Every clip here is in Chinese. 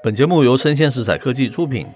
本节目由生鲜食材科技出品，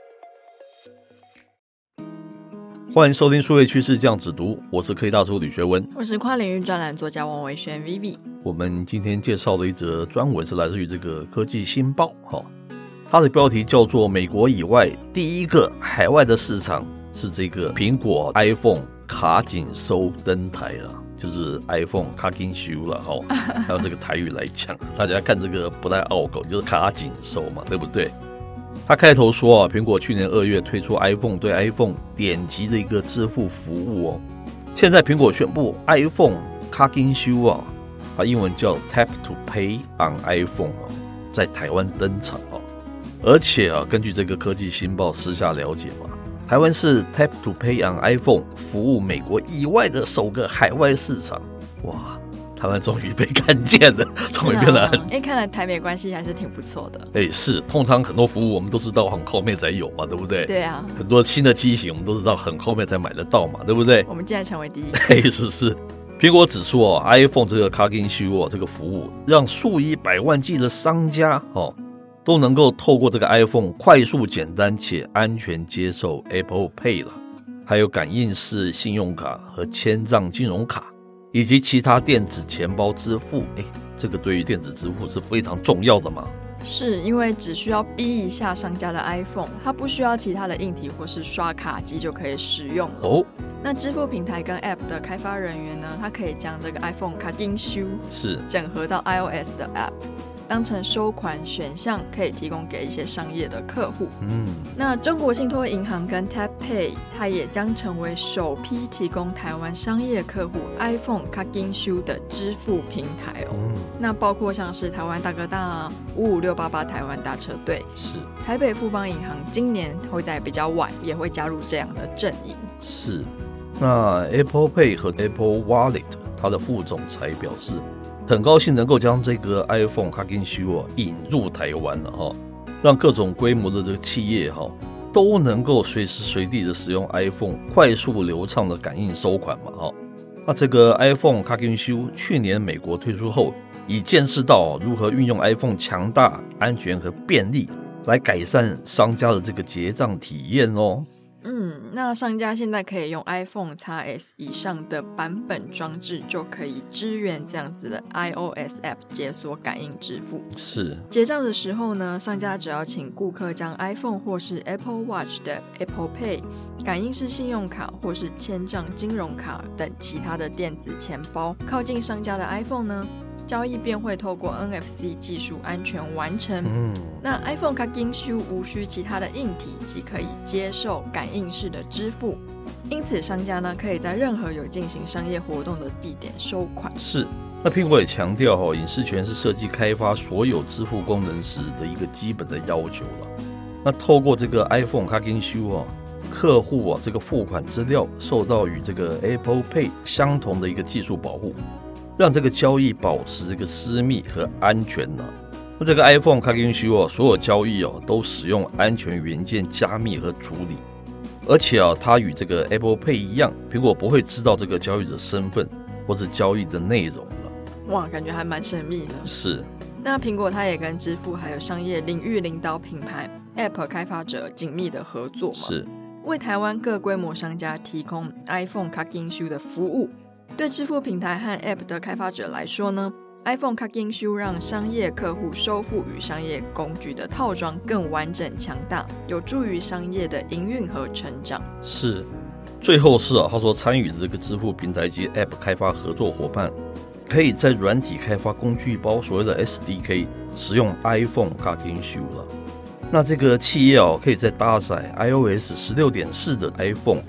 欢迎收听数位趋势酱子读，我是科技大叔吕学文， 我是跨领域专栏作家王维轩 Vivi。 我们今天介绍的一则专文是来自于这个科技新报，它的标题叫做美国以外第一个海外的市场是这个苹果 iPhone 卡紧收登台了，就是 iPhone 卡紧收了还有这个台语来讲，大家看这个不太拗口，就是卡紧收嘛，对不对？他开头说苹果去年2月推出 iPhone 对 iPhone 点击的一个支付服务现在苹果宣布 iPhone 卡紧收它英文叫 Tap to Pay on iPhone 在台湾登场而且根据这个科技新报私下了解台湾是 Tap to Pay on iPhone 服务美国以外的首个海外市场。哇，台湾终于被看见了，终于变得很看来台美关系还是挺不错的。 是，通常很多服务我们都知道很后面才有嘛，对不对？ 对啊， 很多新的机型我们都知道很后面才买得到嘛，对不对？ 我们竟然成为第一个。 是。苹果指出iPhone 这个卡紧收这个服务，让数以百万计的商家都能够透过这个 iPhone 快速、简单且安全接受 Apple Pay 了，还有感应式信用卡和签账金融卡，以及其他电子钱包支付。这个对于电子支付是非常重要的嘛？ 是，因为只需要逼一下商家的 iPhone， 它不需要其他的硬体或是刷卡机就可以使用了。那支付平台跟 App 的开发人员呢，它可以将这个 iPhone 卡紧收整合到 iOS 的 App，当成收款选项，可以提供给一些商业的客户。那中国信托银行跟 Tap Pay 它也将成为首批提供台湾商业客户 iPhone 卡紧收的支付平台那包括像是台湾大哥大55688台湾大车队， 是台北富邦银行今年会在比较晚也会加入这样的阵营。 是。那 Apple Pay 和 Apple Wallet 它的副总裁表示，很高兴能够将这个 iPhone 卡紧收引入台湾了让各种规模的这个企业都能够随时随地的使用 iPhone 快速流畅的感应收款嘛那这个 iPhone 卡紧收去年美国推出后，已见识到如何运用 iPhone 强大、安全和便利来改善商家的这个结账体验那商家现在可以用 iPhone XS 以上的版本装置，就可以支援这样子的 iOS App 解锁感应支付。 是， 结账的时候呢，商家只要请顾客将 iPhone 或是 Apple Watch 的 Apple Pay、感应式信用卡或是签账金融卡等其他的电子钱包靠近商家的 iPhone 呢，交易便会透过 NFC 技术安全完成。那 iPhone 卡紧收无需其他的硬体，即可以接受感应式的支付，因此商家呢可以在任何有进行商业活动的地点收款。 是。那苹果也强调隐私权是设计开发所有支付功能时的一个基本的要求了。那透过这个 iPhone 卡紧收客户这个付款资料受到与这个 Apple Pay 相同的一个技术保护，让这个交易保持这个私密和安全那这个 iPhone 卡紧收所有交易都使用安全元件加密和处理，而且它与这个 Apple Pay 一样，苹果不会知道这个交易者身份或是交易的内容了。 哇，感觉还蛮神秘的。 是。 那苹果它也跟支付还有商业领域领导品牌 App 开发者紧密的合作是， 为台湾各规模商家提供 iPhone 卡紧收的服务。对支付平台和 App 的开发者来说呢，iPhone 卡紧收让商业客户收付与商业工具的套装更完整强大，有助于商业的营运和成长。 是。最后是他说参与的这个支付平台及 App 开发合作伙伴，可以在软体开发工具包所谓的 SDK 使用 iPhone 卡紧收了。那这个企业可以在搭载 iOS 16.4 的 iPhone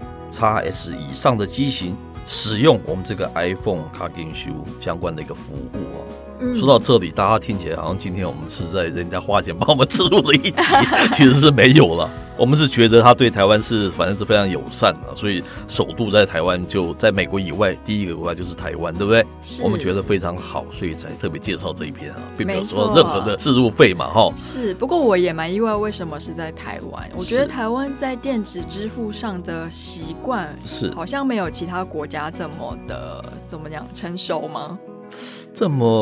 XS 以上的机型使用我们这个 iPhone 卡紧收相关的一个服务说到这里，大家听起来好像今天我们是在人家花钱帮我们植入的一集，其实是没有了。我们是觉得他对台湾是反正是非常友善的，所以首度在台湾，就在美国以外第一个国家就是台湾，对不对？我们觉得非常好，所以才特别介绍这一篇并没有说任何的置入费嘛是，不过我也蛮意外为什么是在台湾。我觉得台湾在电子支付上的习惯是好像没有其他国家这么的怎么讲成熟吗？ 这么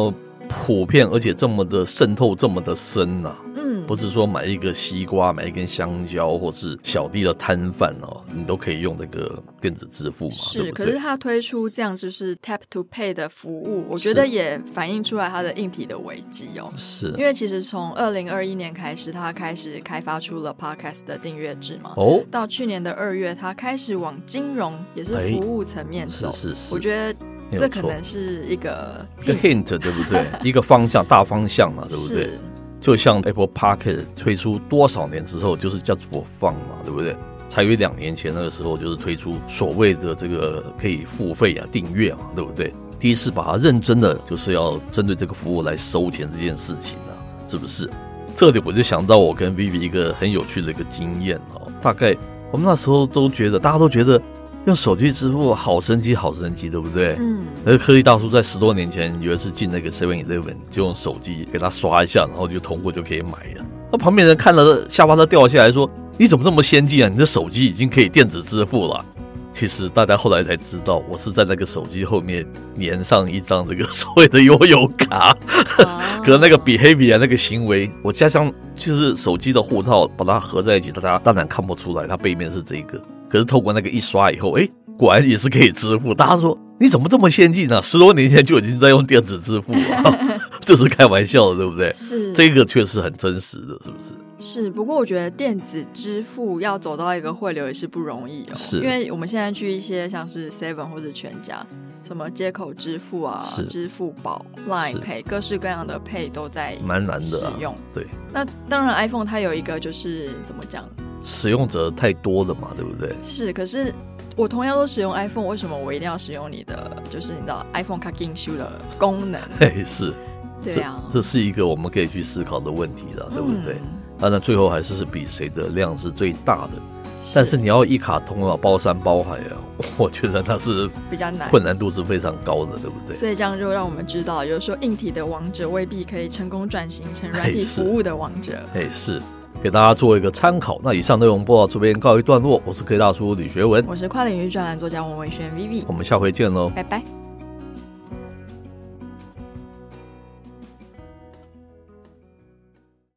普遍而且这么的渗透这么的深啊。不是说买一个西瓜买一根香蕉或是小弟的摊贩你都可以用这个电子支付嘛， 是， 对不对？ 可是他推出这样就是 tap to pay 的服务，我觉得也反映出来它的硬体的危机是因为其实从2021年开始他开始开发出了 podcast 的订阅制嘛，到去年的2月他开始往金融也是服务层面走， 是我觉得这可能是一个 hint 对不对？一个方向大方向嘛，对不对？就像 Apple Podcast 推出多少年之后就是 Just for Fun 嘛，对不对？才约2年前那个时候就是推出所谓的这个可以付费订阅嘛，对不对？第一次把它认真的就是要针对这个服务来收钱这件事情是不是？这里我就想到我跟 Vivi 一个很有趣的一个经验大概我们那时候都觉得大家都觉得用手机支付好神奇好神奇，对不对？那个科技大叔在10多年前有一次进那个 7-Eleven 就用手机给他刷一下，然后就通过就可以买了。那旁边人看了下巴都掉下来说，你怎么这么先进啊？你的手机已经可以电子支付了。其实大家后来才知道，我是在那个手机后面粘上一张这个所谓的悠游卡可能那个 behavior 那个行为我加上就是手机的护套把它合在一起，大家当然看不出来它背面是这个，可是透过那个一刷以后果然也是可以支付。大家说你怎么这么先进啊？10多年前就已经在用电子支付了这是开玩笑的，对不对？ 是， 这个确实很真实的，是不是？ 是，不过我觉得电子支付要走到一个汇流也是不容易是， 因为我们现在去一些像是 Seven 或者全家，什么接口支付啊、支付宝、Line Pay， 各式各样的 Pay 都在蛮难的使用。 对， 那当然 iPhone 它有一个就是怎么讲， 使用者太多了嘛，对不对？ 是，可是我同样都使用 iPhone， 为什么我一定要使用你的就是你知道 iPhone 卡金修的功能？ 是， 对啊， 这是一个我们可以去思考的问题了，对不对？当然最后还是比谁的量是最大的，但是你要一卡通包山包海我觉得那是比较难， 困难度是非常高的，对不对？ 所以这样就让我们知道，有时候硬体的王者未必可以成功转型成软体服务的王者。 是，给大家做一个参考。那以上内容播到这边告一段落，我是科技大叔李学文， 我是跨领域专栏作家王文轩 Vivi， 我们下回见喽， 拜拜。